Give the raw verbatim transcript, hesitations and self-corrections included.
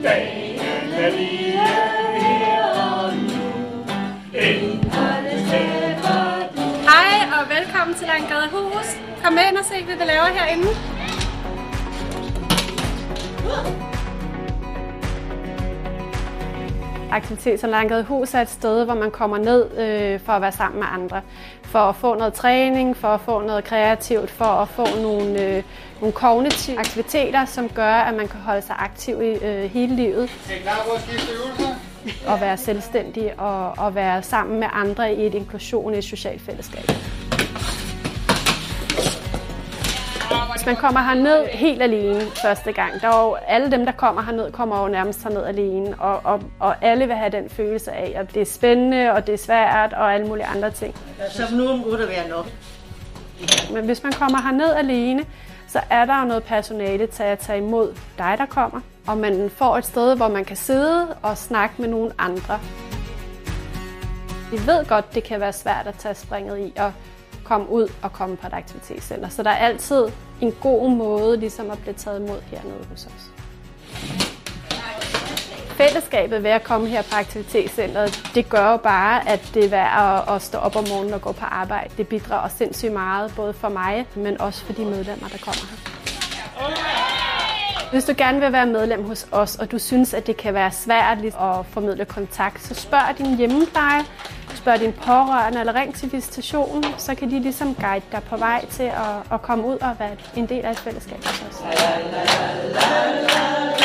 Dagen er lige her og nu. Indholdet skaber du. Hej og velkommen til Langgadehus. Kom med ind og se, hvad vi laver herinde. Aktivitet som Langgadehus er et sted, hvor man kommer ned øh, for at være sammen med andre. For at få noget træning, for at få noget kreativt, for at få nogle, øh, nogle kognitive aktiviteter, som gør, at man kan holde sig aktiv i øh, hele livet. Er I klar på at skifte øvelser? Og være selvstændig og, og være sammen med andre i et inklusion i et socialt fællesskab. Hvis man kommer herned helt alene første gang, der er jo alle dem, der kommer herned, kommer jo nærmest herned alene, og, og, og alle vil have den følelse af, at det er spændende, og det er svært, og alle mulige andre ting. Så for nogen må der være nok. Men hvis man kommer herned alene, så er der jo noget personale til at tage imod dig, der kommer, og man får et sted, hvor man kan sidde og snakke med nogle andre. Vi ved godt, det kan være svært at tage springet i og komme ud og komme på et aktivitetscenter. Så der er altid en god måde ligesom at blive taget imod hernede hos os. Fællesskabet ved at komme her på aktivitetscenteret, det gør jo bare, at det er værd at, at stå op om morgenen og gå på arbejde. Det bidrager sindssygt meget, både for mig, men også for de medlemmer, der kommer her. Hvis du gerne vil være medlem hos os, og du synes, at det kan være svært at formidle kontakt, så spørg din hjemmepleje, spørg din pårørende eller ring til visitationen, så kan de ligesom guide dig på vej til at, at komme ud og være en del af et fællesskab hos os.